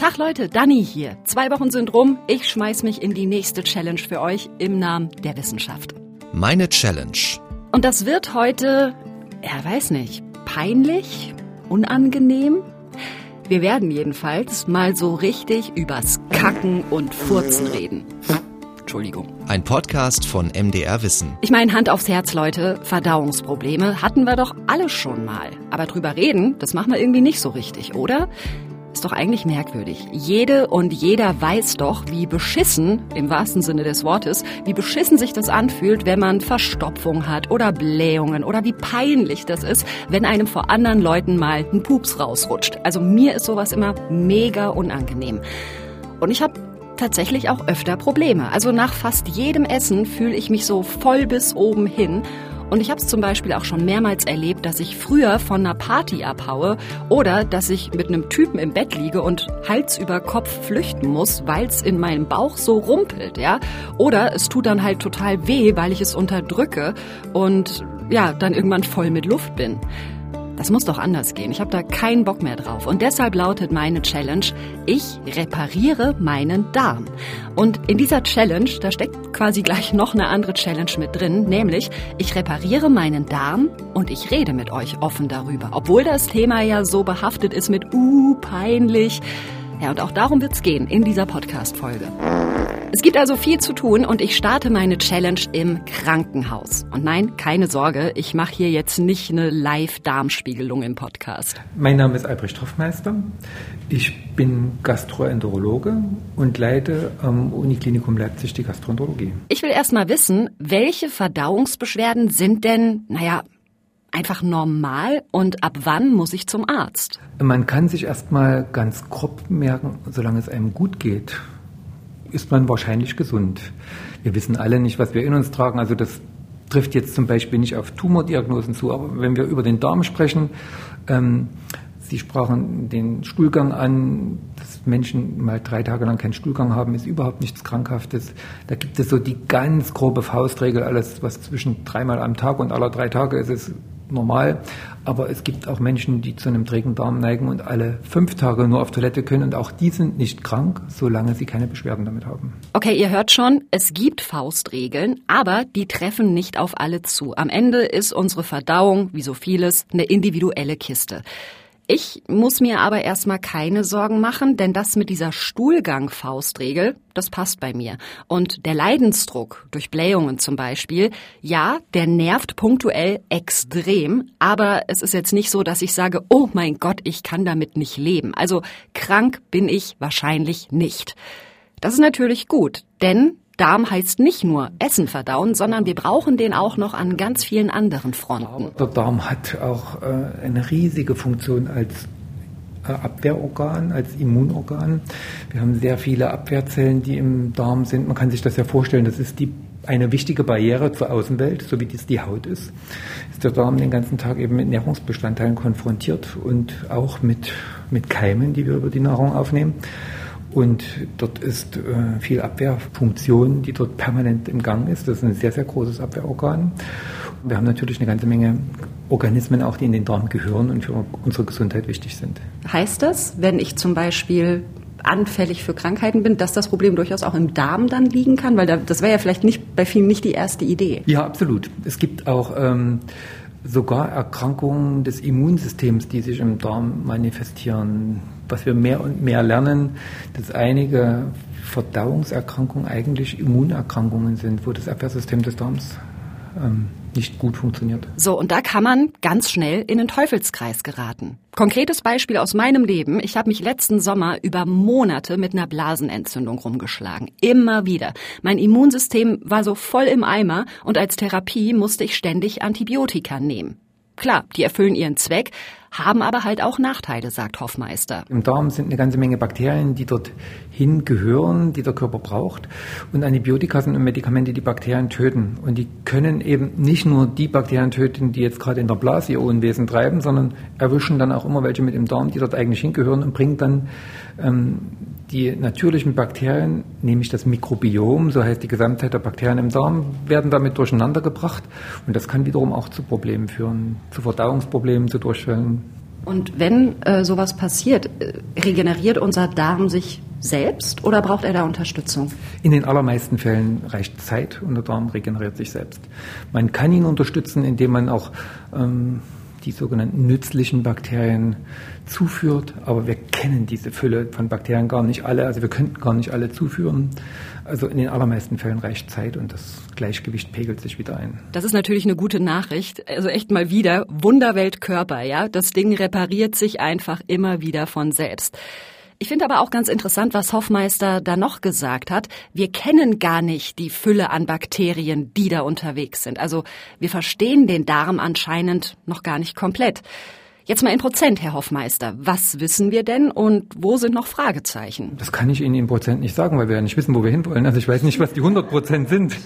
Tag Leute, Dani hier. 2 Wochen sind rum. Ich schmeiß mich in die nächste Challenge für euch im Namen der Wissenschaft. Meine Challenge. Und das wird heute, weiß nicht, peinlich, unangenehm. Wir werden jedenfalls mal so richtig übers Kacken und Furzen reden. Entschuldigung. Ein Podcast von MDR Wissen. Ich meine, Hand aufs Herz, Leute, Verdauungsprobleme hatten wir doch alle schon mal. Aber drüber reden, das machen wir irgendwie nicht so richtig, oder? Ist doch eigentlich merkwürdig. Jede und jeder weiß doch, wie beschissen, im wahrsten Sinne des Wortes, wie beschissen sich das anfühlt, wenn man Verstopfung hat oder Blähungen oder wie peinlich das ist, wenn einem vor anderen Leuten mal ein Pups rausrutscht. Also mir ist sowas immer mega unangenehm. Und ich habe tatsächlich auch öfter Probleme. Also nach fast jedem Essen fühle ich mich so voll bis oben hin. Und ich habe es zum Beispiel auch schon mehrmals erlebt, dass ich früher von einer Party abhaue oder dass ich mit einem Typen im Bett liege und Hals über Kopf flüchten muss, weil es in meinem Bauch so rumpelt, ja. Oder es tut dann halt total weh, weil ich es unterdrücke und ja, dann irgendwann voll mit Luft bin. Das muss doch anders gehen. Ich habe da keinen Bock mehr drauf. Und deshalb lautet meine Challenge, ich repariere meinen Darm. Und in dieser Challenge, da steckt quasi gleich noch eine andere Challenge mit drin, nämlich ich repariere meinen Darm und ich rede mit euch offen darüber. Obwohl das Thema ja so behaftet ist mit peinlich. Ja, und auch darum wird's gehen in dieser Podcast-Folge. Es gibt also viel zu tun und ich starte meine Challenge im Krankenhaus. Und nein, keine Sorge, ich mache hier jetzt nicht eine Live-Darmspiegelung im Podcast. Mein Name ist Albrecht Hoffmeister. Ich bin Gastroenterologe und leite am Uniklinikum Leipzig die Gastroenterologie. Ich will erst mal wissen, welche Verdauungsbeschwerden sind denn, einfach normal und ab wann muss ich zum Arzt? Man kann sich erstmal ganz grob merken, solange es einem gut geht, ist man wahrscheinlich gesund. Wir wissen alle nicht, was wir in uns tragen. Also das trifft jetzt zum Beispiel nicht auf Tumordiagnosen zu. Aber wenn wir über den Darm sprechen, Sie sprachen den Stuhlgang an, dass Menschen mal 3 Tage lang keinen Stuhlgang haben, ist überhaupt nichts Krankhaftes. Da gibt es so die ganz grobe Faustregel, alles was zwischen 3-mal am Tag und alle 3 Tage ist, ist normal. Aber es gibt auch Menschen, die zu einem trägen Darm neigen und alle 5 Tage nur auf Toilette können. Und auch die sind nicht krank, solange sie keine Beschwerden damit haben. Okay, ihr hört schon, es gibt Faustregeln, aber die treffen nicht auf alle zu. Am Ende ist unsere Verdauung, wie so vieles, eine individuelle Kiste. Ich muss mir aber erstmal keine Sorgen machen, denn das mit dieser Stuhlgang-Faustregel, das passt bei mir. Und der Leidensdruck durch Blähungen zum Beispiel, ja, der nervt punktuell extrem, aber es ist jetzt nicht so, dass ich sage, oh mein Gott, ich kann damit nicht leben. Also krank bin ich wahrscheinlich nicht. Das ist natürlich gut, denn Darm heißt nicht nur Essen verdauen, sondern wir brauchen den auch noch an ganz vielen anderen Fronten. Der Darm hat auch eine riesige Funktion als Abwehrorgan, als Immunorgan. Wir haben sehr viele Abwehrzellen, die im Darm sind. Man kann sich das ja vorstellen, das ist eine wichtige Barriere zur Außenwelt, so wie dies die Haut ist der Darm den ganzen Tag eben mit Nahrungsbestandteilen konfrontiert und auch mit Keimen, die wir über die Nahrung aufnehmen. Und dort ist viel Abwehrfunktion, die dort permanent im Gang ist. Das ist ein sehr, sehr großes Abwehrorgan. Wir haben natürlich eine ganze Menge Organismen auch, die in den Darm gehören und für unsere Gesundheit wichtig sind. Heißt das, wenn ich zum Beispiel anfällig für Krankheiten bin, dass das Problem durchaus auch im Darm dann liegen kann? Weil das wäre ja vielleicht nicht bei vielen nicht die erste Idee. Ja, absolut. Es gibt auch sogar Erkrankungen des Immunsystems, die sich im Darm manifestieren. Was wir mehr und mehr lernen, dass einige Verdauungserkrankungen eigentlich Immunerkrankungen sind, wo das Abwehrsystem des Darms nicht gut funktioniert. So, und da kann man ganz schnell in den Teufelskreis geraten. Konkretes Beispiel aus meinem Leben. Ich habe mich letzten Sommer über Monate mit einer Blasenentzündung rumgeschlagen. Immer wieder. Mein Immunsystem war so voll im Eimer und als Therapie musste ich ständig Antibiotika nehmen. Klar, die erfüllen ihren Zweck, haben aber halt auch Nachteile, sagt Hoffmeister. Im Darm sind eine ganze Menge Bakterien, die dorthin gehören, die der Körper braucht. Und Antibiotika sind Medikamente, die Bakterien töten. Und die können eben nicht nur die Bakterien töten, die jetzt gerade in der Blase ihr Unwesen treiben, sondern erwischen dann auch immer welche mit im Darm, die dort eigentlich hingehören und bringen dann die natürlichen Bakterien, nämlich das Mikrobiom, so heißt die Gesamtheit der Bakterien im Darm, werden damit durcheinander gebracht. Und das kann wiederum auch zu Problemen führen, zu Verdauungsproblemen, zu Durchfällen, Und wenn sowas passiert, regeneriert unser Darm sich selbst oder braucht er da Unterstützung? In den allermeisten Fällen reicht Zeit und der Darm regeneriert sich selbst. Man kann ihn unterstützen, indem man auch die sogenannten nützlichen Bakterien zuführt, aber wir kennen diese Fülle von Bakterien gar nicht alle, also wir könnten gar nicht alle zuführen. Also in den allermeisten Fällen reicht Zeit und das Gleichgewicht pegelt sich wieder ein. Das ist natürlich eine gute Nachricht, also echt mal wieder Wunderweltkörper, ja, das Ding repariert sich einfach immer wieder von selbst. Ich finde aber auch ganz interessant, was Hoffmeister da noch gesagt hat. Wir kennen gar nicht die Fülle an Bakterien, die da unterwegs sind. Also wir verstehen den Darm anscheinend noch gar nicht komplett. Jetzt mal in Prozent, Herr Hoffmeister. Was wissen wir denn und wo sind noch Fragezeichen? Das kann ich Ihnen in Prozent nicht sagen, weil wir ja nicht wissen, wo wir hinwollen. Also ich weiß nicht, was die 100% sind.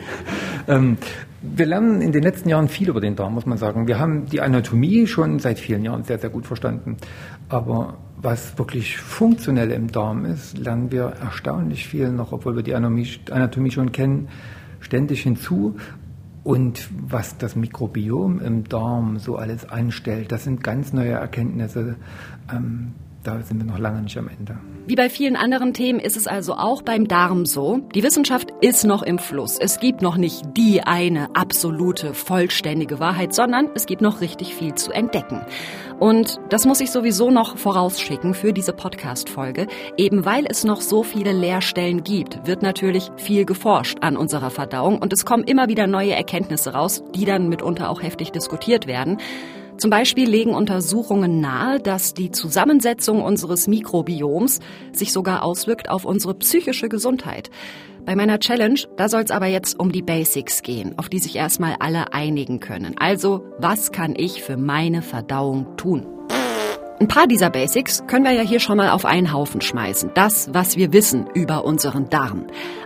Wir lernen in den letzten Jahren viel über den Darm, muss man sagen. Wir haben die Anatomie schon seit vielen Jahren sehr, sehr gut verstanden. Aber was wirklich funktionell im Darm ist, lernen wir erstaunlich viel noch, obwohl wir die Anatomie schon kennen, ständig hinzu. Und was das Mikrobiom im Darm so alles anstellt, das sind ganz neue Erkenntnisse. Da sind wir noch lange nicht am Ende. Wie bei vielen anderen Themen ist es also auch beim Darm so. Die Wissenschaft ist noch im Fluss. Es gibt noch nicht die eine absolute, vollständige Wahrheit, sondern es gibt noch richtig viel zu entdecken. Und das muss ich sowieso noch vorausschicken für diese Podcast-Folge. Eben weil es noch so viele Leerstellen gibt, wird natürlich viel geforscht an unserer Verdauung. Und es kommen immer wieder neue Erkenntnisse raus, die dann mitunter auch heftig diskutiert werden. Zum Beispiel legen Untersuchungen nahe, dass die Zusammensetzung unseres Mikrobioms sich sogar auswirkt auf unsere psychische Gesundheit. Bei meiner Challenge, da soll es aber jetzt um die Basics gehen, auf die sich erstmal alle einigen können. Also, was kann ich für meine Verdauung tun? Ein paar dieser Basics können wir ja hier schon mal auf einen Haufen schmeißen. Das, was wir wissen über unseren Darm.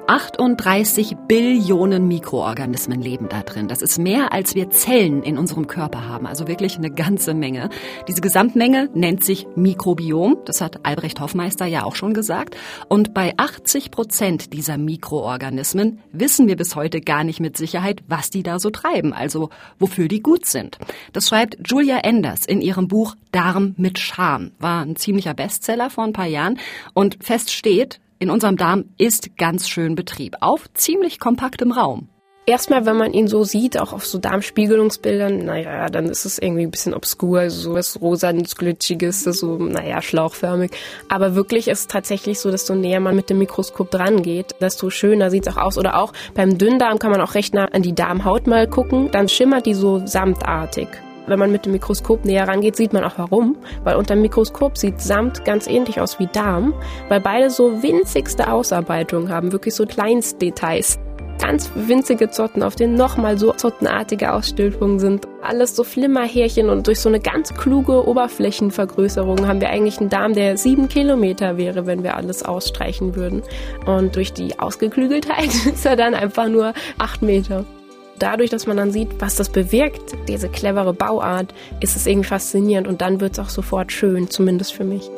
38 Billionen Mikroorganismen leben da drin. Das ist mehr, als wir Zellen in unserem Körper haben. Also wirklich eine ganze Menge. Diese Gesamtmenge nennt sich Mikrobiom. Das hat Albrecht Hoffmeister ja auch schon gesagt. Und bei 80% dieser Mikroorganismen wissen wir bis heute gar nicht mit Sicherheit, was die da so treiben. Also wofür die gut sind. Das schreibt Julia Enders in ihrem Buch Darm mit Charme. War ein ziemlicher Bestseller vor ein paar Jahren. Und fest steht, in unserem Darm ist ganz schön Betrieb, auf ziemlich kompaktem Raum. Erstmal, wenn man ihn so sieht, auch auf so Darmspiegelungsbildern, naja, dann ist es irgendwie ein bisschen obskur, also so was Rosanes, Glitschiges, das so, naja, schlauchförmig. Aber wirklich ist es tatsächlich so, desto näher man mit dem Mikroskop dran geht, desto schöner sieht es auch aus. Oder auch beim Dünndarm kann man auch recht nah an die Darmhaut mal gucken, dann schimmert die so samtartig. Wenn man mit dem Mikroskop näher rangeht, sieht man auch warum. Weil unter dem Mikroskop sieht Samt ganz ähnlich aus wie Darm, weil beide so winzigste Ausarbeitungen haben, wirklich so Kleinstdetails. Ganz winzige Zotten, auf denen nochmal so zottenartige Ausstülpungen sind. Alles so Flimmerhärchen und durch so eine ganz kluge Oberflächenvergrößerung haben wir eigentlich einen Darm, der 7 Kilometer wäre, wenn wir alles ausstreichen würden. Und durch die Ausgeklügeltheit ist er dann einfach nur 8 Meter. Dadurch, dass man dann sieht, was das bewirkt, diese clevere Bauart, ist es irgendwie faszinierend und dann wird es auch sofort schön, zumindest für mich.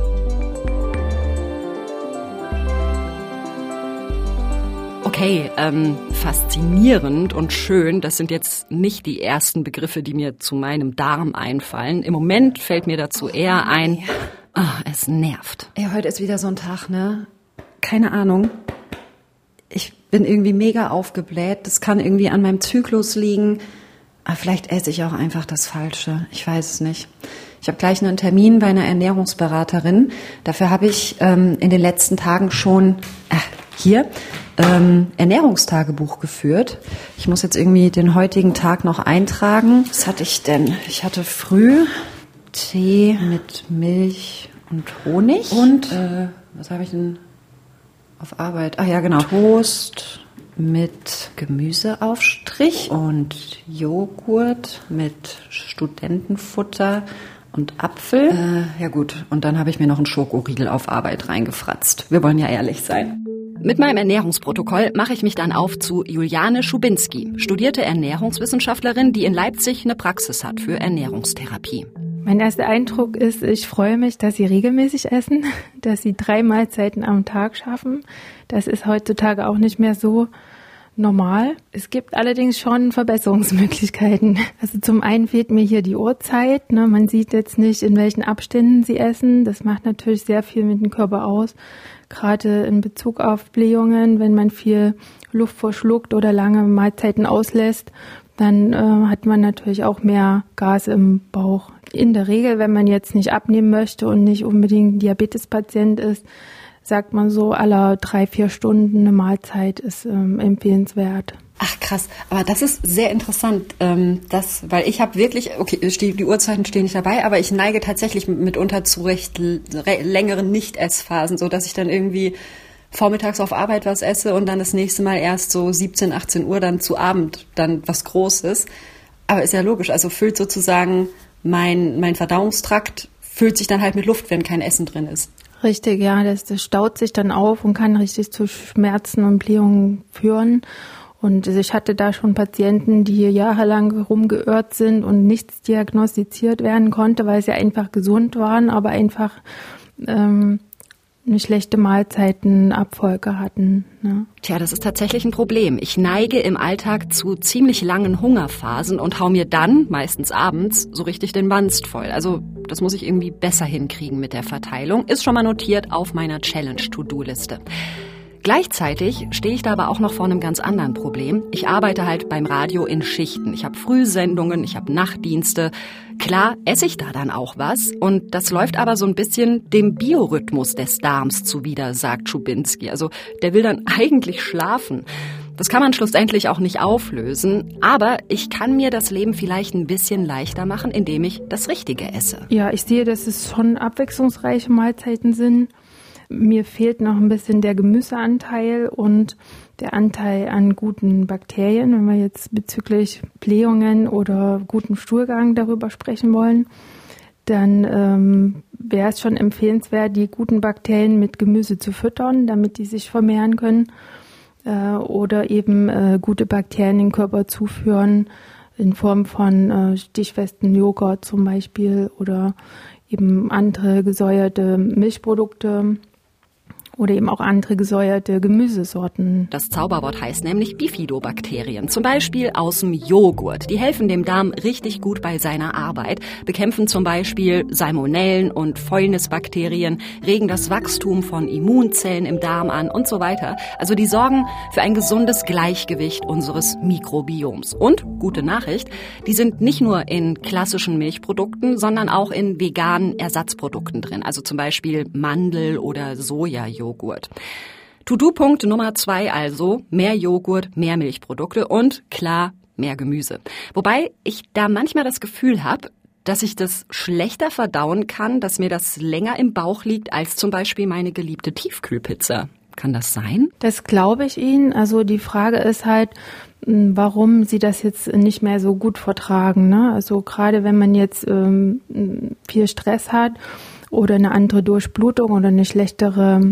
Okay, faszinierend und schön, das sind jetzt nicht die ersten Begriffe, die mir zu meinem Darm einfallen. Im Moment fällt mir dazu eher ein, es nervt. Ja, heute ist wieder so ein Tag, ne? Keine Ahnung. Ich bin irgendwie mega aufgebläht. Das kann irgendwie an meinem Zyklus liegen. Aber vielleicht esse ich auch einfach das Falsche. Ich weiß es nicht. Ich habe gleich einen Termin bei einer Ernährungsberaterin. Dafür habe ich in den letzten Tagen schon Ernährungstagebuch geführt. Ich muss jetzt irgendwie den heutigen Tag noch eintragen. Was hatte ich denn? Ich hatte früh Tee mit Milch und Honig. Und was habe ich denn auf Arbeit? Ach ja, genau. Toast mit Gemüseaufstrich und Joghurt mit Studentenfutter und Apfel. Ja gut, und dann habe ich mir noch einen Schokoriegel auf Arbeit reingefratzt. Wir wollen ja ehrlich sein. Mit meinem Ernährungsprotokoll mache ich mich dann auf zu Juliane Schubinski, studierte Ernährungswissenschaftlerin, die in Leipzig eine Praxis hat für Ernährungstherapie. Mein erster Eindruck ist, ich freue mich, dass sie regelmäßig essen, dass sie 3 Mahlzeiten am Tag schaffen. Das ist heutzutage auch nicht mehr so normal. Es gibt allerdings schon Verbesserungsmöglichkeiten. Also zum einen fehlt mir hier die Uhrzeit. Ne? Man sieht jetzt nicht, in welchen Abständen sie essen. Das macht natürlich sehr viel mit dem Körper aus. Gerade in Bezug auf Blähungen, wenn man viel Luft verschluckt oder lange Mahlzeiten auslässt, dann hat man natürlich auch mehr Gas im Bauch. In der Regel, wenn man jetzt nicht abnehmen möchte und nicht unbedingt Diabetespatient ist, sagt man so, alle 3-4 Stunden eine Mahlzeit ist empfehlenswert. Ach krass, aber das ist sehr interessant, weil ich habe wirklich, okay, die Uhrzeiten stehen nicht dabei, aber ich neige tatsächlich mitunter zu recht längeren Nicht-Essphasen, so dass ich dann irgendwie vormittags auf Arbeit was esse und dann das nächste Mal erst so 17, 18 Uhr dann zu Abend dann was Großes. Aber ist ja logisch, also füllt sozusagen mein Verdauungstrakt füllt sich dann halt mit Luft, wenn kein Essen drin ist. Richtig, ja, das staut sich dann auf und kann richtig zu Schmerzen und Blähungen führen. Und ich hatte da schon Patienten, die jahrelang rumgeirrt sind und nichts diagnostiziert werden konnte, weil sie einfach gesund waren, aber einfach eine schlechte Mahlzeitenabfolge hatten. Ne? Tja, das ist tatsächlich ein Problem. Ich neige im Alltag zu ziemlich langen Hungerphasen und hau mir dann, meistens abends, so richtig den Wanst voll. Also das muss ich irgendwie besser hinkriegen mit der Verteilung. Ist schon mal notiert auf meiner Challenge-To-Do-Liste. Gleichzeitig stehe ich da aber auch noch vor einem ganz anderen Problem. Ich arbeite halt beim Radio in Schichten. Ich habe Frühsendungen, ich habe Nachtdienste. Klar esse ich da dann auch was. Und das läuft aber so ein bisschen dem Biorhythmus des Darms zuwider, sagt Schubinski. Also der will dann eigentlich schlafen. Das kann man schlussendlich auch nicht auflösen. Aber ich kann mir das Leben vielleicht ein bisschen leichter machen, indem ich das Richtige esse. Ja, ich sehe, dass es schon abwechslungsreiche Mahlzeiten sind. Mir fehlt noch ein bisschen der Gemüseanteil und der Anteil an guten Bakterien, wenn wir jetzt bezüglich Blähungen oder guten Stuhlgang darüber sprechen wollen. Dann wäre es schon empfehlenswert, die guten Bakterien mit Gemüse zu füttern, damit die sich vermehren können. Oder eben gute Bakterien in den Körper zuführen in Form von stichfesten Joghurt zum Beispiel oder eben andere gesäuerte Milchprodukte oder eben auch andere gesäuerte Gemüsesorten. Das Zauberwort heißt nämlich Bifidobakterien, zum Beispiel aus dem Joghurt. Die helfen dem Darm richtig gut bei seiner Arbeit, bekämpfen zum Beispiel Salmonellen und Fäulnisbakterien, regen das Wachstum von Immunzellen im Darm an und so weiter. Also die sorgen für ein gesundes Gleichgewicht unseres Mikrobioms. Und, gute Nachricht, die sind nicht nur in klassischen Milchprodukten, sondern auch in veganen Ersatzprodukten drin, also zum Beispiel Mandel- oder Sojajoghurt. To-Do-Punkt Nummer 2 also, mehr Joghurt, mehr Milchprodukte und klar, mehr Gemüse. Wobei ich da manchmal das Gefühl habe, dass ich das schlechter verdauen kann, dass mir das länger im Bauch liegt als zum Beispiel meine geliebte Tiefkühlpizza. Kann das sein? Das glaube ich Ihnen. Also die Frage ist halt, warum Sie das jetzt nicht mehr so gut vertragen. Ne? Also gerade wenn man jetzt viel Stress hat oder eine andere Durchblutung oder eine schlechtere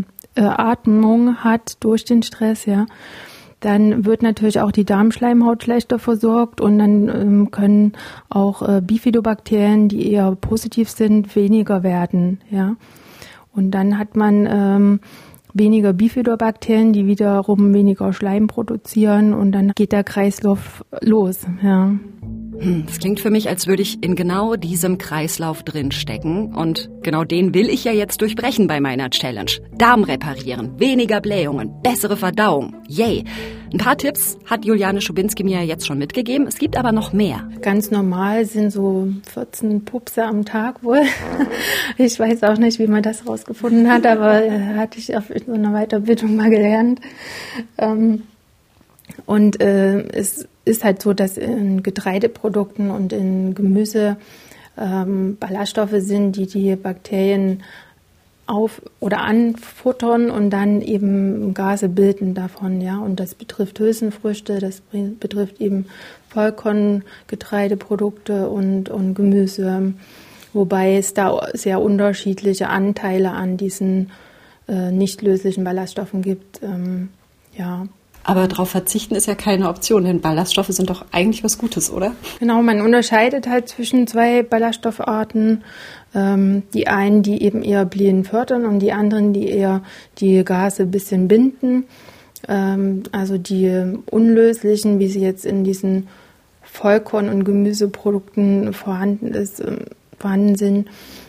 Atmung hat durch den Stress, ja, dann wird natürlich auch die Darmschleimhaut schlechter versorgt und dann können auch Bifidobakterien, die eher positiv sind, weniger werden, ja. Und dann hat man weniger Bifidobakterien, die wiederum weniger Schleim produzieren und dann geht der Kreislauf los, ja. Das klingt für mich, als würde ich in genau diesem Kreislauf drin stecken. Und genau den will ich ja jetzt durchbrechen bei meiner Challenge. Darm reparieren, weniger Blähungen, bessere Verdauung. Yay! Ein paar Tipps hat Juliane Schubinski mir jetzt schon mitgegeben. Es gibt aber noch mehr. Ganz normal sind so 14 Pupse am Tag wohl. Ich weiß auch nicht, wie man das rausgefunden hat, aber hatte ich auf so einer Weiterbildung mal gelernt. Und es ist halt so, dass in Getreideprodukten und in Gemüse Ballaststoffe sind, die Bakterien auf- oder anfuttern und dann eben Gase bilden davon, ja. Und das betrifft Hülsenfrüchte, das betrifft eben Vollkorngetreideprodukte und Gemüse, wobei es da sehr unterschiedliche Anteile an diesen nicht löslichen Ballaststoffen gibt, ja. Aber darauf verzichten ist ja keine Option, denn Ballaststoffe sind doch eigentlich was Gutes, oder? Genau, man unterscheidet halt zwischen zwei Ballaststoffarten. Die einen, die eben eher Blähen fördern und die anderen, die eher die Gase ein bisschen binden. Also die unlöslichen, wie sie jetzt in diesen Vollkorn- und Gemüseprodukten vorhanden sind,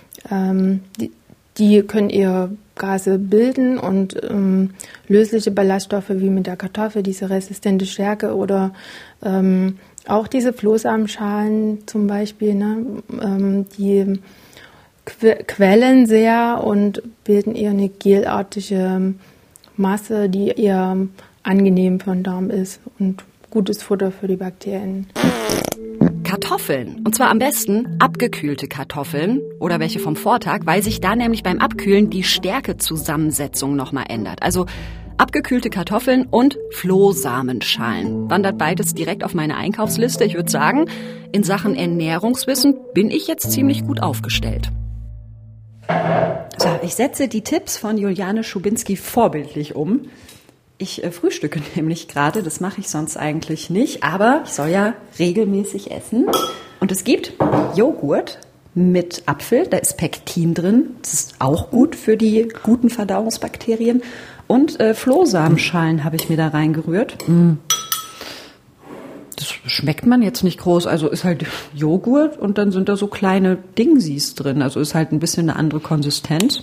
die können eher Gase bilden und lösliche Ballaststoffe wie mit der Kartoffel, diese resistente Stärke oder auch diese Flohsamenschalen zum Beispiel, ne, die quellen sehr und bilden eher eine gelartige Masse, die eher angenehm für den Darm ist und gutes Futter für die Bakterien. Kartoffeln. Und zwar am besten abgekühlte Kartoffeln oder welche vom Vortag, weil sich da nämlich beim Abkühlen die Stärkezusammensetzung nochmal ändert. Also abgekühlte Kartoffeln und Flohsamenschalen. Wandert beides direkt auf meine Einkaufsliste. Ich würde sagen, in Sachen Ernährungswissen bin ich jetzt ziemlich gut aufgestellt. So, ich setze die Tipps von Juliane Schubinski vorbildlich um. Ich frühstücke nämlich gerade, das mache ich sonst eigentlich nicht, aber ich soll ja regelmäßig essen. Und es gibt Joghurt mit Apfel, da ist Pektin drin, das ist auch gut für die guten Verdauungsbakterien. Und Flohsamenschalen habe ich mir da reingerührt. Das schmeckt man jetzt nicht groß, also ist halt Joghurt und dann sind da so kleine Dingsies drin, also ist halt ein bisschen eine andere Konsistenz.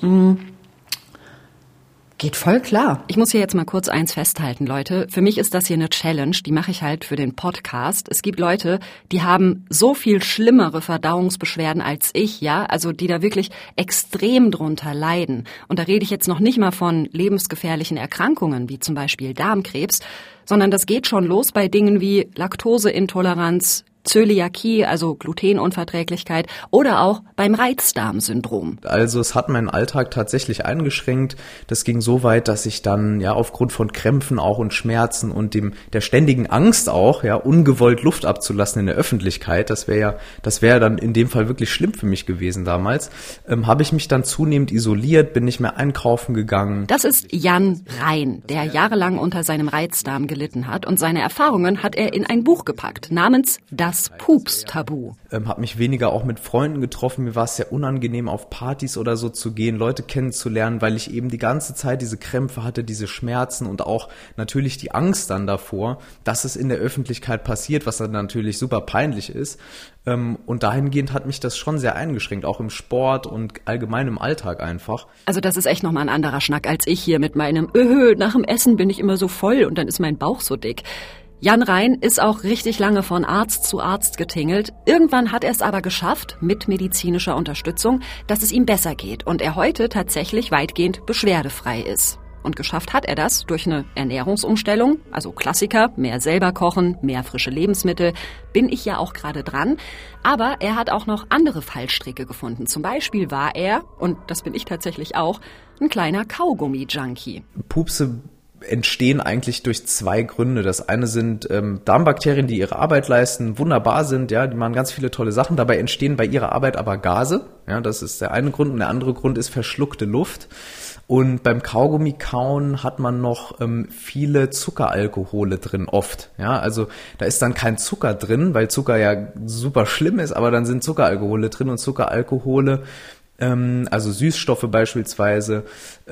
Geht voll klar. Ich muss hier jetzt mal kurz eins festhalten, Leute. Für mich ist das hier eine Challenge, die mache ich halt für den Podcast. Es gibt Leute, die haben so viel schlimmere Verdauungsbeschwerden als ich, ja, also die da wirklich extrem drunter leiden. Und da rede ich jetzt noch nicht mal von lebensgefährlichen Erkrankungen, wie zum Beispiel Darmkrebs, sondern das geht schon los bei Dingen wie Laktoseintoleranz, Zöliakie, also Glutenunverträglichkeit oder auch beim Reizdarmsyndrom. Also es hat meinen Alltag tatsächlich eingeschränkt. Das ging so weit, dass ich dann ja aufgrund von Krämpfen auch und Schmerzen und der ständigen Angst auch, ja, ungewollt Luft abzulassen in der Öffentlichkeit, das wäre dann in dem Fall wirklich schlimm für mich gewesen damals, habe ich mich dann zunehmend isoliert, bin nicht mehr einkaufen gegangen. Das ist Jan Rein, der jahrelang unter seinem Reizdarm gelitten hat und seine Erfahrungen hat er in ein Buch gepackt, namens Das Pups-Tabu. Habe mich weniger auch mit Freunden getroffen. Mir war es sehr unangenehm, auf Partys oder so zu gehen, Leute kennenzulernen, weil ich eben die ganze Zeit diese Krämpfe hatte, diese Schmerzen und auch natürlich die Angst dann davor, dass es in der Öffentlichkeit passiert, was dann natürlich super peinlich ist. Und dahingehend hat mich das schon sehr eingeschränkt, auch im Sport und allgemein im Alltag einfach. Also das ist echt nochmal ein anderer Schnack als ich hier mit meinem nach dem Essen bin ich immer so voll und dann ist mein Bauch so dick. Jan Rein ist auch richtig lange von Arzt zu Arzt getingelt. Irgendwann hat er es aber geschafft, mit medizinischer Unterstützung, dass es ihm besser geht und er heute tatsächlich weitgehend beschwerdefrei ist. Und geschafft hat er das durch eine Ernährungsumstellung, also Klassiker, mehr selber kochen, mehr frische Lebensmittel, bin ich ja auch gerade dran. Aber er hat auch noch andere Fallstricke gefunden. Zum Beispiel war er, und das bin ich tatsächlich auch, ein kleiner Kaugummi-Junkie. Pupse entstehen eigentlich durch zwei Gründe. Das eine sind Darmbakterien, die ihre Arbeit leisten, wunderbar sind, ja, die machen ganz viele tolle Sachen. Dabei entstehen bei ihrer Arbeit aber Gase. Ja, das ist der eine Grund. Und der andere Grund ist verschluckte Luft. Und beim Kaugummi-Kauen hat man noch viele Zuckeralkohole drin, oft. Ja, also da ist dann kein Zucker drin, weil Zucker ja super schlimm ist, aber dann sind Zuckeralkohole drin und Zuckeralkohole, also Süßstoffe beispielsweise,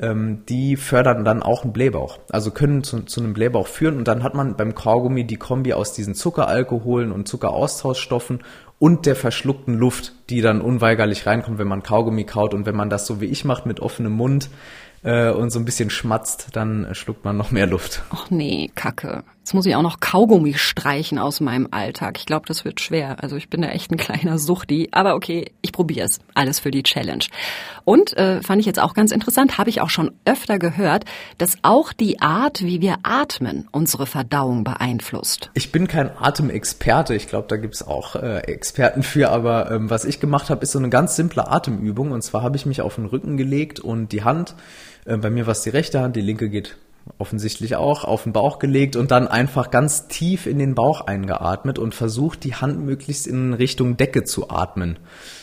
die fördern dann auch einen Blähbauch, also können zu einem Blähbauch führen und dann hat man beim Kaugummi die Kombi aus diesen Zuckeralkoholen und Zuckeraustauschstoffen und der verschluckten Luft, die dann unweigerlich reinkommt, wenn man Kaugummi kaut und wenn man das so wie ich macht mit offenem Mund und so ein bisschen schmatzt, dann schluckt man noch mehr Luft. Ach nee, Kacke. Jetzt muss ich auch noch Kaugummi streichen aus meinem Alltag. Ich glaube, das wird schwer. Also ich bin da echt ein kleiner Suchti. Aber okay, ich probiere es. Alles für die Challenge. Und fand ich jetzt auch ganz interessant, habe ich auch schon öfter gehört, dass auch die Art, wie wir atmen, unsere Verdauung beeinflusst. Ich bin kein Atemexperte. Ich glaube, da gibt's auch Experten für. Aber was ich gemacht habe, ist so eine ganz simple Atemübung. Und zwar habe ich mich auf den Rücken gelegt und die Hand, bei mir war es die rechte Hand, die linke geht offensichtlich auch, auf den Bauch gelegt und dann einfach ganz tief in den Bauch eingeatmet und versucht, die Hand möglichst in Richtung Decke zu atmen.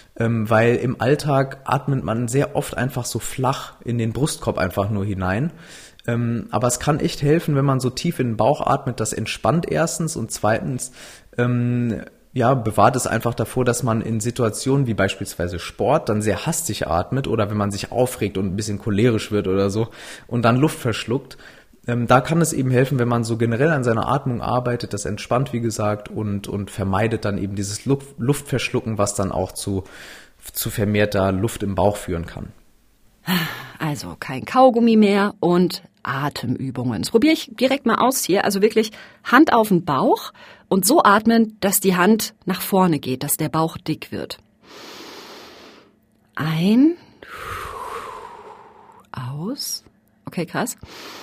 Weil im Alltag atmet man sehr oft einfach so flach in den Brustkorb einfach nur hinein. Aber es kann echt helfen, wenn man so tief in den Bauch atmet, das entspannt erstens und zweitens bewahrt es einfach davor, dass man in Situationen wie beispielsweise Sport dann sehr hastig atmet oder wenn man sich aufregt und ein bisschen cholerisch wird oder so und dann Luft verschluckt. Da kann es eben helfen, wenn man so generell an seiner Atmung arbeitet, das entspannt, wie gesagt, und vermeidet dann eben dieses Luftverschlucken, was dann auch zu vermehrter Luft im Bauch führen kann. Also kein Kaugummi mehr und Atemübungen. Das probiere ich direkt mal aus hier. Also wirklich Hand auf den Bauch und so atmen, dass die Hand nach vorne geht, dass der Bauch dick wird. Ein, aus. Okay, krass.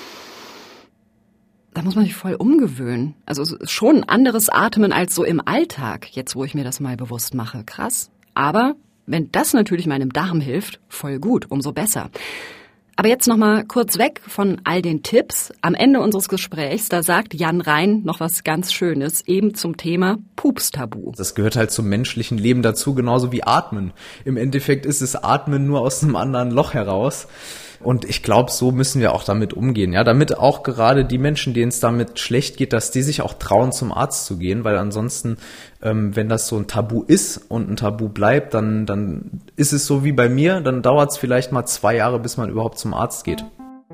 Da muss man sich voll umgewöhnen. Also es ist schon ein anderes Atmen als so im Alltag, jetzt wo ich mir das mal bewusst mache. Krass. Aber wenn das natürlich meinem Darm hilft, voll gut, umso besser. Aber jetzt noch mal kurz weg von all den Tipps. Am Ende unseres Gesprächs, da sagt Jan Rein noch was ganz Schönes, eben zum Thema Pupstabu. Das gehört halt zum menschlichen Leben dazu, genauso wie Atmen. Im Endeffekt ist es Atmen nur aus einem anderen Loch heraus. Und ich glaube, so müssen wir auch damit umgehen, ja, damit auch gerade die Menschen, denen es damit schlecht geht, dass die sich auch trauen, zum Arzt zu gehen, weil ansonsten, wenn das so ein Tabu ist und ein Tabu bleibt, dann ist es so wie bei mir, dann dauert es vielleicht mal 2 Jahre, bis man überhaupt zum Arzt geht.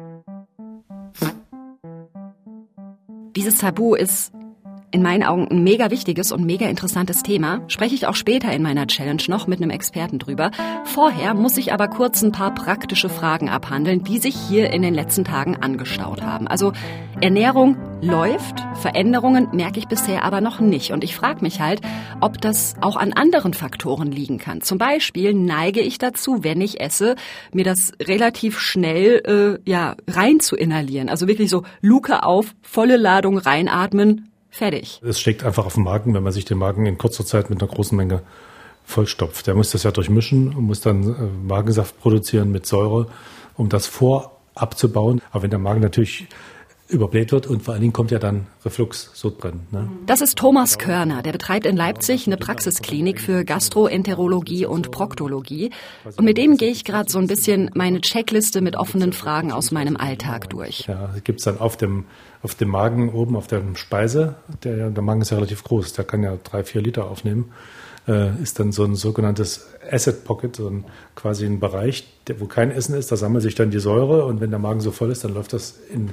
Dieses Tabu ist in meinen Augen ein mega wichtiges und mega interessantes Thema. Spreche ich auch später in meiner Challenge noch mit einem Experten drüber. Vorher muss ich aber kurz ein paar praktische Fragen abhandeln, die sich hier in den letzten Tagen angestaut haben. Also Ernährung läuft, Veränderungen merke ich bisher aber noch nicht. Und ich frage mich halt, ob das auch an anderen Faktoren liegen kann. Zum Beispiel neige ich dazu, wenn ich esse, mir das relativ schnell rein zu inhalieren. Also wirklich so Luke auf, volle Ladung reinatmen, fertig. Es schlägt einfach auf den Magen, wenn man sich den Magen in kurzer Zeit mit einer großen Menge vollstopft. Der muss das ja durchmischen und muss dann Magensaft produzieren mit Säure, um das vorabzubauen. Aber wenn der Magen natürlich überbläht wird und vor allen Dingen kommt ja dann Reflux, Sodbrennen. Ne? Das ist Thomas Körner, der betreibt in Leipzig eine Praxisklinik für Gastroenterologie und Proktologie. Und mit dem gehe ich gerade so ein bisschen meine Checkliste mit offenen Fragen aus meinem Alltag durch. Ja, gibt's dann auf dem Magen oben, auf der Speise, der Magen ist ja relativ groß, der kann ja 3-4 Liter aufnehmen, ist dann so ein sogenanntes Acid Pocket, quasi ein Bereich, wo kein Essen ist, da sammelt sich dann die Säure und wenn der Magen so voll ist, dann läuft das in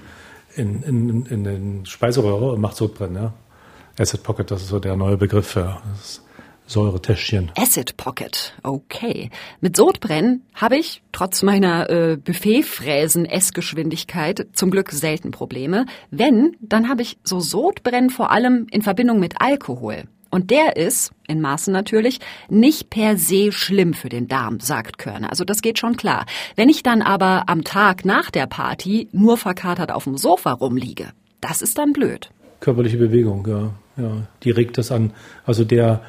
den Speiseröhre und macht Sodbrennen. Ja? Acid Pocket, das ist so der neue Begriff für das Säuretäschchen. Acid Pocket, okay. Mit Sodbrennen habe ich, trotz meiner Buffetfräsen-Essgeschwindigkeit, zum Glück selten Probleme. Wenn, dann habe ich so Sodbrennen vor allem in Verbindung mit Alkohol. Und der ist, in Maßen natürlich, nicht per se schlimm für den Darm, sagt Körner. Also das geht schon klar. Wenn ich dann aber am Tag nach der Party nur verkatert auf dem Sofa rumliege, das ist dann blöd. Körperliche Bewegung, ja. Die regt das an. Also der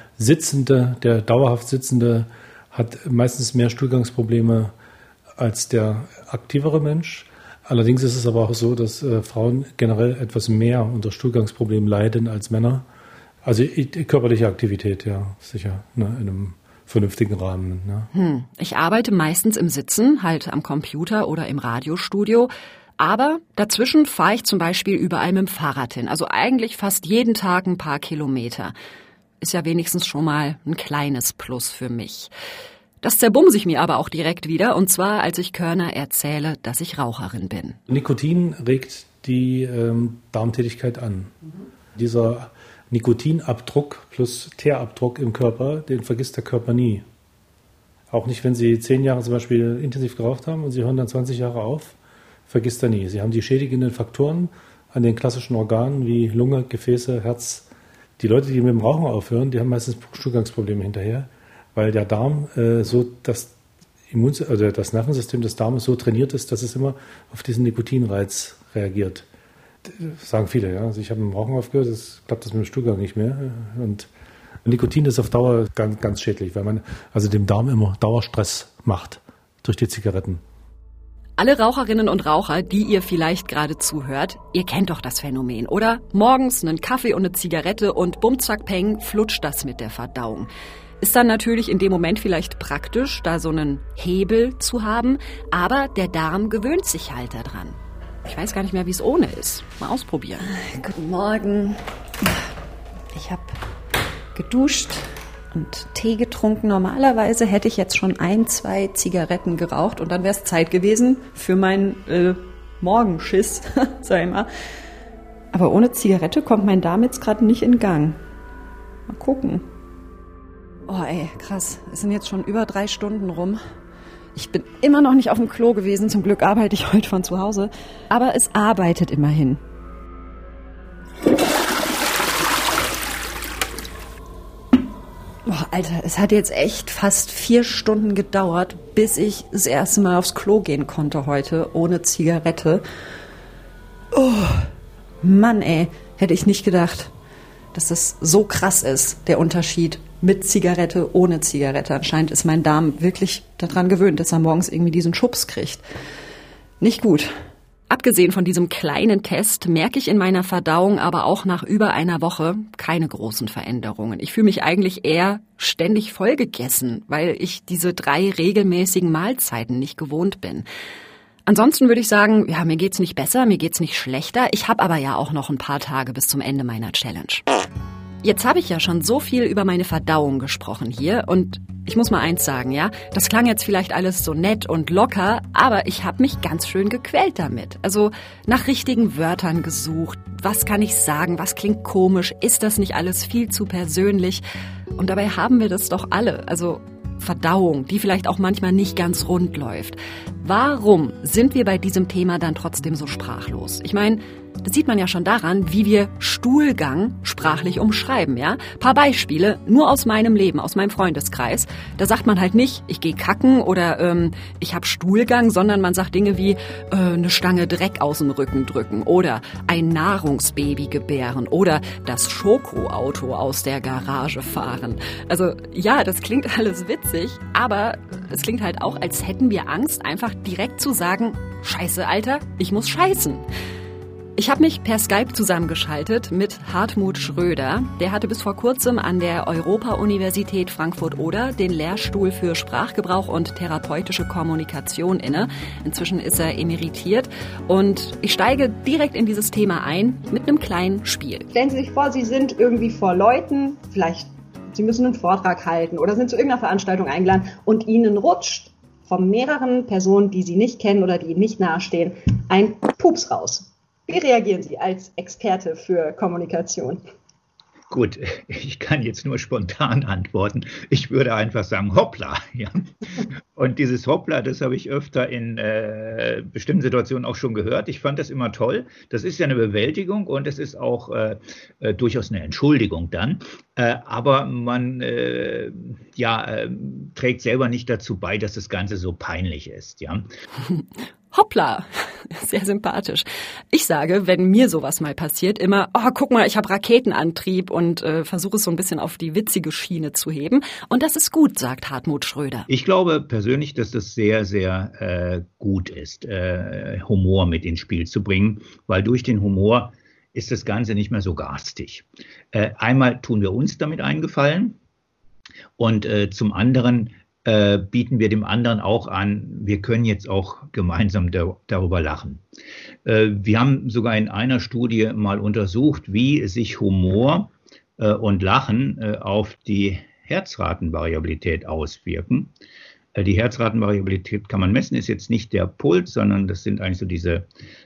dauerhaft Sitzende hat meistens mehr Stuhlgangsprobleme als der aktivere Mensch. Allerdings ist es aber auch so, dass Frauen generell etwas mehr unter Stuhlgangsproblemen leiden als Männer. Also körperliche Aktivität, ja, sicher, ne, in einem vernünftigen Rahmen. Ne. Ich arbeite meistens im Sitzen, halt am Computer oder im Radiostudio. Aber dazwischen fahre ich zum Beispiel überall mit dem Fahrrad hin. Also eigentlich fast jeden Tag ein paar Kilometer. Ist ja wenigstens schon mal ein kleines Plus für mich. Das zerbumse ich mir aber auch direkt wieder. Und zwar, als ich Körner erzähle, dass ich Raucherin bin. Nikotin regt die Darmtätigkeit an. Dieser Nikotinabdruck plus Teerabdruck im Körper, den vergisst der Körper nie. Auch nicht, wenn Sie 10 Jahre zum Beispiel intensiv geraucht haben und Sie hören dann 20 Jahre auf, vergisst er nie. Sie haben die schädigenden Faktoren an den klassischen Organen wie Lunge, Gefäße, Herz. Die Leute, die mit dem Rauchen aufhören, die haben meistens Stuhlgangsprobleme hinterher, weil der Darm das Nervensystem des Darmes so trainiert ist, dass es immer auf diesen Nikotinreiz reagiert. Das sagen viele, ja. Also ich habe mit dem Rauchen aufgehört, das klappt das mit dem Stuhlgang nicht mehr. Und Nikotin ist auf Dauer ganz, ganz schädlich, weil man also dem Darm immer Dauerstress macht durch die Zigaretten. Alle Raucherinnen und Raucher, die ihr vielleicht gerade zuhört, ihr kennt doch das Phänomen, oder? Morgens einen Kaffee und eine Zigarette und bumm, zack, peng, flutscht das mit der Verdauung. Ist dann natürlich in dem Moment vielleicht praktisch, da so einen Hebel zu haben, aber der Darm gewöhnt sich halt daran. Ich weiß gar nicht mehr, wie es ohne ist. Mal ausprobieren. Guten Morgen. Ich habe geduscht und Tee getrunken. Normalerweise hätte ich jetzt schon 1-2 Zigaretten geraucht und dann wäre es Zeit gewesen für mein Morgenschiss, sag ich mal. Aber ohne Zigarette kommt mein Darm jetzt gerade nicht in Gang. Mal gucken. Oh ey, krass. Es sind jetzt schon über 3 Stunden rum. Ich bin immer noch nicht auf dem Klo gewesen. Zum Glück arbeite ich heute von zu Hause. Aber es arbeitet immerhin. Boah, Alter, es hat jetzt echt fast 4 Stunden gedauert, bis ich das erste Mal aufs Klo gehen konnte heute, ohne Zigarette. Oh, Mann ey, hätte ich nicht gedacht, dass das so krass ist, der Unterschied mit Zigarette, ohne Zigarette. Anscheinend ist mein Darm wirklich daran gewöhnt, dass er morgens irgendwie diesen Schubs kriegt. Nicht gut. Abgesehen von diesem kleinen Test merke ich in meiner Verdauung aber auch nach über einer Woche keine großen Veränderungen. Ich fühle mich eigentlich eher ständig vollgegessen, weil ich diese 3 regelmäßigen Mahlzeiten nicht gewohnt bin. Ansonsten würde ich sagen, ja, mir geht's nicht besser, mir geht's nicht schlechter. Ich habe aber ja auch noch ein paar Tage bis zum Ende meiner Challenge. Jetzt habe ich ja schon so viel über meine Verdauung gesprochen hier und ich muss mal eins sagen, ja, das klang jetzt vielleicht alles so nett und locker, aber ich habe mich ganz schön gequält damit. Also nach richtigen Wörtern gesucht. Was kann ich sagen? Was klingt komisch? Ist das nicht alles viel zu persönlich? Und dabei haben wir das doch alle. Also Verdauung, die vielleicht auch manchmal nicht ganz rund läuft. Warum sind wir bei diesem Thema dann trotzdem so sprachlos? Ich meine, das sieht man ja schon daran, wie wir Stuhlgang sprachlich umschreiben, ja? Paar Beispiele, nur aus meinem Leben, aus meinem Freundeskreis. Da sagt man halt nicht, ich gehe kacken oder ich habe Stuhlgang, sondern man sagt Dinge wie eine Stange Dreck aus dem Rücken drücken oder ein Nahrungsbaby gebären oder das Schokoauto aus der Garage fahren. Also ja, das klingt alles witzig, aber es klingt halt auch, als hätten wir Angst, einfach direkt zu sagen, Scheiße, Alter, ich muss scheißen. Ich habe mich per Skype zusammengeschaltet mit Hartmut Schröder. Der hatte bis vor kurzem an der Europa-Universität Frankfurt-Oder den Lehrstuhl für Sprachgebrauch und therapeutische Kommunikation inne. Inzwischen ist er emeritiert und ich steige direkt in dieses Thema ein mit einem kleinen Spiel. Stellen Sie sich vor, Sie sind irgendwie vor Leuten, vielleicht Sie müssen einen Vortrag halten oder sind zu irgendeiner Veranstaltung eingeladen und Ihnen rutscht von mehreren Personen, die Sie nicht kennen oder die Ihnen nicht nahestehen, ein Pups raus. Wie reagieren Sie als Experte für Kommunikation? Gut, ich kann jetzt nur spontan antworten. Ich würde einfach sagen, hoppla. Ja. Und dieses Hoppla, das habe ich öfter in bestimmten Situationen auch schon gehört. Ich fand das immer toll. Das ist ja eine Bewältigung und es ist auch durchaus eine Entschuldigung dann. Aber man trägt selber nicht dazu bei, dass das Ganze so peinlich ist. Ja. Hoppla, sehr sympathisch. Ich sage, wenn mir sowas mal passiert, immer, oh, guck mal, ich habe Raketenantrieb und versuche es so ein bisschen auf die witzige Schiene zu heben. Und das ist gut, sagt Hartmut Schröder. Ich glaube persönlich, dass das sehr, sehr gut ist, Humor mit ins Spiel zu bringen, weil durch den Humor ist das Ganze nicht mehr so garstig. Einmal tun wir uns damit einen Gefallen und zum anderen bieten wir dem anderen auch an, wir können jetzt auch gemeinsam darüber lachen. Wir haben sogar in einer Studie mal untersucht, wie sich Humor und Lachen auf die Herzratenvariabilität auswirken. Die Herzratenvariabilität kann man messen, ist jetzt nicht der Puls, sondern das sind eigentlich so diese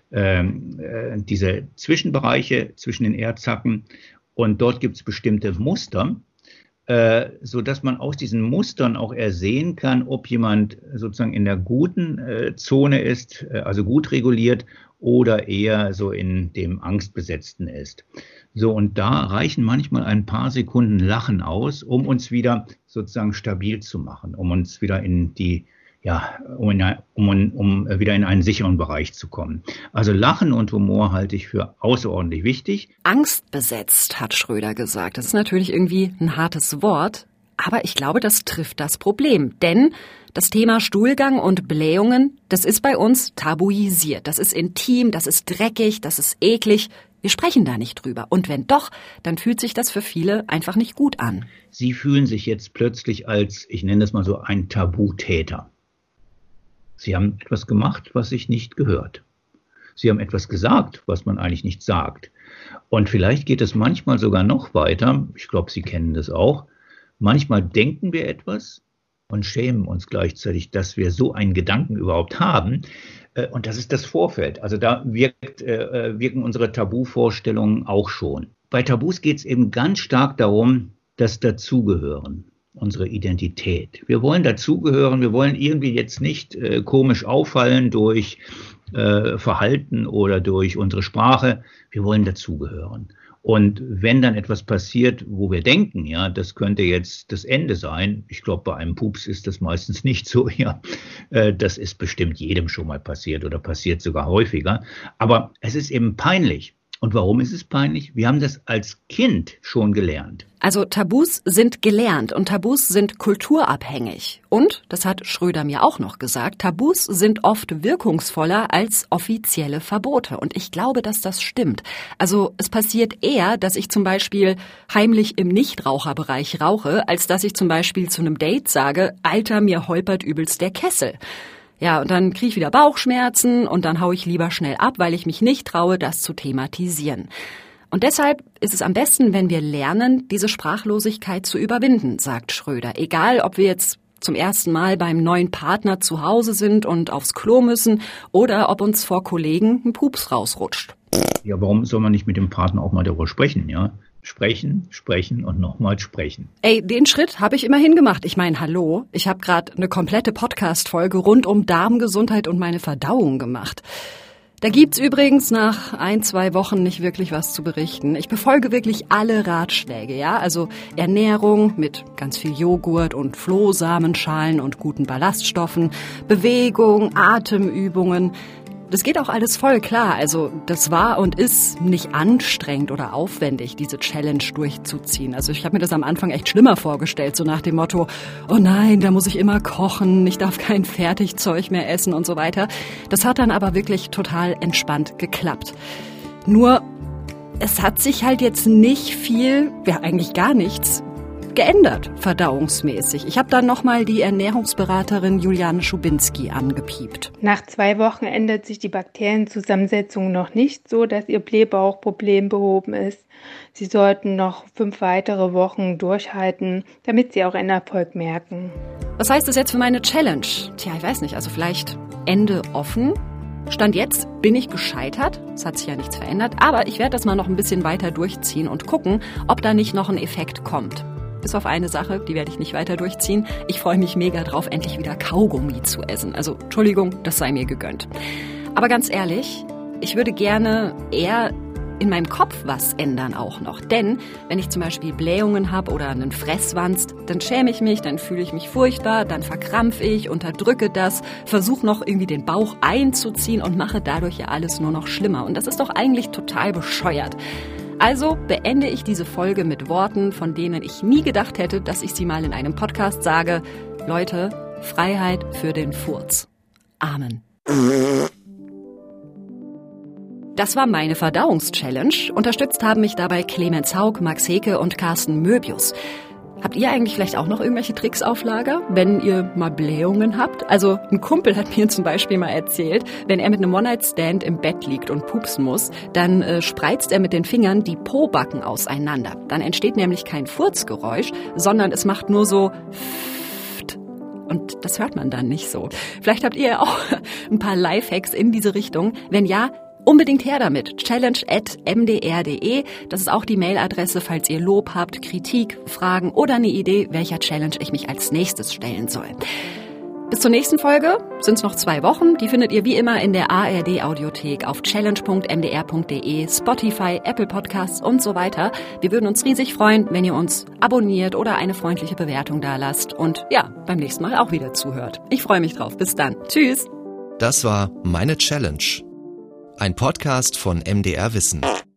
Zwischenbereiche zwischen den Herzhacken. Und dort gibt es bestimmte Muster, so dass man aus diesen Mustern auch ersehen kann, ob jemand sozusagen in der guten Zone ist, also gut reguliert, oder eher so in dem Angstbesetzten ist. So, und da reichen manchmal ein paar Sekunden Lachen aus, um uns wieder sozusagen stabil zu machen, um uns wieder in die, um wieder in einen sicheren Bereich zu kommen. Also Lachen und Humor halte ich für außerordentlich wichtig. Angstbesetzt, hat Schröder gesagt. Das ist natürlich irgendwie ein hartes Wort, aber ich glaube, das trifft das Problem. Denn das Thema Stuhlgang und Blähungen, das ist bei uns tabuisiert. Das ist intim, das ist dreckig, das ist eklig. Wir sprechen da nicht drüber. Und wenn doch, dann fühlt sich das für viele einfach nicht gut an. Sie fühlen sich jetzt plötzlich als, ich nenne das mal so, ein Tabutäter. Sie haben etwas gemacht, was sich nicht gehört. Sie haben etwas gesagt, was man eigentlich nicht sagt. Und vielleicht geht es manchmal sogar noch weiter. Ich glaube, Sie kennen das auch. Manchmal denken wir etwas, und schämen uns gleichzeitig, dass wir so einen Gedanken überhaupt haben. Und das ist das Vorfeld. Also da wirken unsere Tabuvorstellungen auch schon. Bei Tabus geht es eben ganz stark darum, das Dazugehören, unsere Identität. Wir wollen dazugehören, wir wollen irgendwie jetzt nicht komisch auffallen durch Verhalten oder durch unsere Sprache. Wir wollen dazugehören. Und wenn dann etwas passiert, wo wir denken, ja, das könnte jetzt das Ende sein, ich glaube, bei einem Pups ist das meistens nicht so, ja, das ist bestimmt jedem schon mal passiert oder passiert sogar häufiger, aber es ist eben peinlich. Und warum ist es peinlich? Wir haben das als Kind schon gelernt. Also Tabus sind gelernt und Tabus sind kulturabhängig. Und, das hat Schröder mir auch noch gesagt, Tabus sind oft wirkungsvoller als offizielle Verbote. Und ich glaube, dass das stimmt. Also es passiert eher, dass ich zum Beispiel heimlich im Nichtraucherbereich rauche, als dass ich zum Beispiel zu einem Date sage, Alter, mir holpert übelst der Kessel. Ja, und dann kriege ich wieder Bauchschmerzen und dann hau ich lieber schnell ab, weil ich mich nicht traue, das zu thematisieren. Und deshalb ist es am besten, wenn wir lernen, diese Sprachlosigkeit zu überwinden, sagt Schröder. Egal, ob wir jetzt zum ersten Mal beim neuen Partner zu Hause sind und aufs Klo müssen oder ob uns vor Kollegen ein Pups rausrutscht. Ja, warum soll man nicht mit dem Partner auch mal darüber sprechen, ja? Sprechen, sprechen und nochmal sprechen. Ey, den Schritt habe ich immerhin gemacht. Ich meine, hallo, ich habe gerade eine komplette Podcast-Folge rund um Darmgesundheit und meine Verdauung gemacht. Da gibt's übrigens nach 1-2 Wochen nicht wirklich was zu berichten. Ich befolge wirklich alle Ratschläge, ja? Also Ernährung mit ganz viel Joghurt und Flohsamenschalen und guten Ballaststoffen, Bewegung, Atemübungen. Das geht auch alles voll klar. Also das war und ist nicht anstrengend oder aufwendig, diese Challenge durchzuziehen. Also ich habe mir das am Anfang echt schlimmer vorgestellt, so nach dem Motto, oh nein, da muss ich immer kochen, ich darf kein Fertigzeug mehr essen und so weiter. Das hat dann aber wirklich total entspannt geklappt. Nur, es hat sich halt jetzt nicht viel, ja eigentlich gar nichts, geändert, verdauungsmäßig. Ich habe dann nochmal die Ernährungsberaterin Juliane Schubinski angepiept. Nach 2 Wochen ändert sich die Bakterienzusammensetzung noch nicht so, dass Ihr Blähbauchproblem behoben ist. Sie sollten noch 5 weitere Wochen durchhalten, damit Sie auch einen Erfolg merken. Was heißt das jetzt für meine Challenge? Tja, ich weiß nicht, also vielleicht Ende offen? Stand jetzt bin ich gescheitert, es hat sich ja nichts verändert, aber ich werde das mal noch ein bisschen weiter durchziehen und gucken, ob da nicht noch ein Effekt kommt. Bis auf eine Sache, die werde ich nicht weiter durchziehen. Ich freue mich mega drauf, endlich wieder Kaugummi zu essen. Also, Entschuldigung, das sei mir gegönnt. Aber ganz ehrlich, ich würde gerne eher in meinem Kopf was ändern auch noch. Denn wenn ich zum Beispiel Blähungen habe oder einen Fresswanst, dann schäme ich mich, dann fühle ich mich furchtbar, dann verkrampfe ich, unterdrücke das, versuche noch irgendwie den Bauch einzuziehen und mache dadurch ja alles nur noch schlimmer. Und das ist doch eigentlich total bescheuert. Also beende ich diese Folge mit Worten, von denen ich nie gedacht hätte, dass ich sie mal in einem Podcast sage. Leute, Freiheit für den Furz. Amen. Das war meine Verdauungschallenge. Unterstützt haben mich dabei Clemens Haug, Max Heke und Carsten Möbius. Habt ihr eigentlich vielleicht auch noch irgendwelche Tricks auf Lager, wenn ihr mal Blähungen habt? Also ein Kumpel hat mir zum Beispiel mal erzählt, wenn er mit einem One-Night-Stand im Bett liegt und pupsen muss, dann spreizt er mit den Fingern die Pobacken auseinander. Dann entsteht nämlich kein Furzgeräusch, sondern es macht nur so und das hört man dann nicht so. Vielleicht habt ihr auch ein paar Lifehacks in diese Richtung. Wenn ja, unbedingt her damit. challenge@mdr.de. Das ist auch die Mailadresse, falls ihr Lob habt, Kritik, Fragen oder eine Idee, welcher Challenge ich mich als nächstes stellen soll. Bis zur nächsten Folge sind es noch 2 Wochen. Die findet ihr wie immer in der ARD-Audiothek auf challenge.mdr.de, Spotify, Apple Podcasts und so weiter. Wir würden uns riesig freuen, wenn ihr uns abonniert oder eine freundliche Bewertung dalasst und ja, beim nächsten Mal auch wieder zuhört. Ich freue mich drauf. Bis dann. Tschüss. Das war Meine Challenge. Ein Podcast von MDR Wissen.